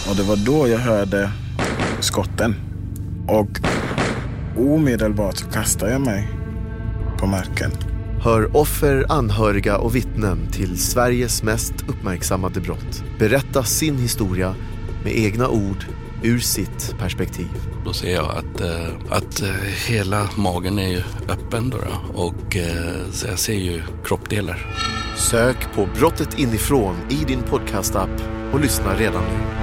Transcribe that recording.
Och det var då jag hörde skotten. Och omedelbart så kastade jag mig på marken. Hör offer, anhöriga och vittnen till Sveriges mest uppmärksammade brott berätta sin historia med egna ord ur sitt perspektiv. Då ser jag att hela magen är ju öppen då, och så jag ser ju kroppdelar. Sök på Brottet inifrån i din podcastapp och lyssna redan nu.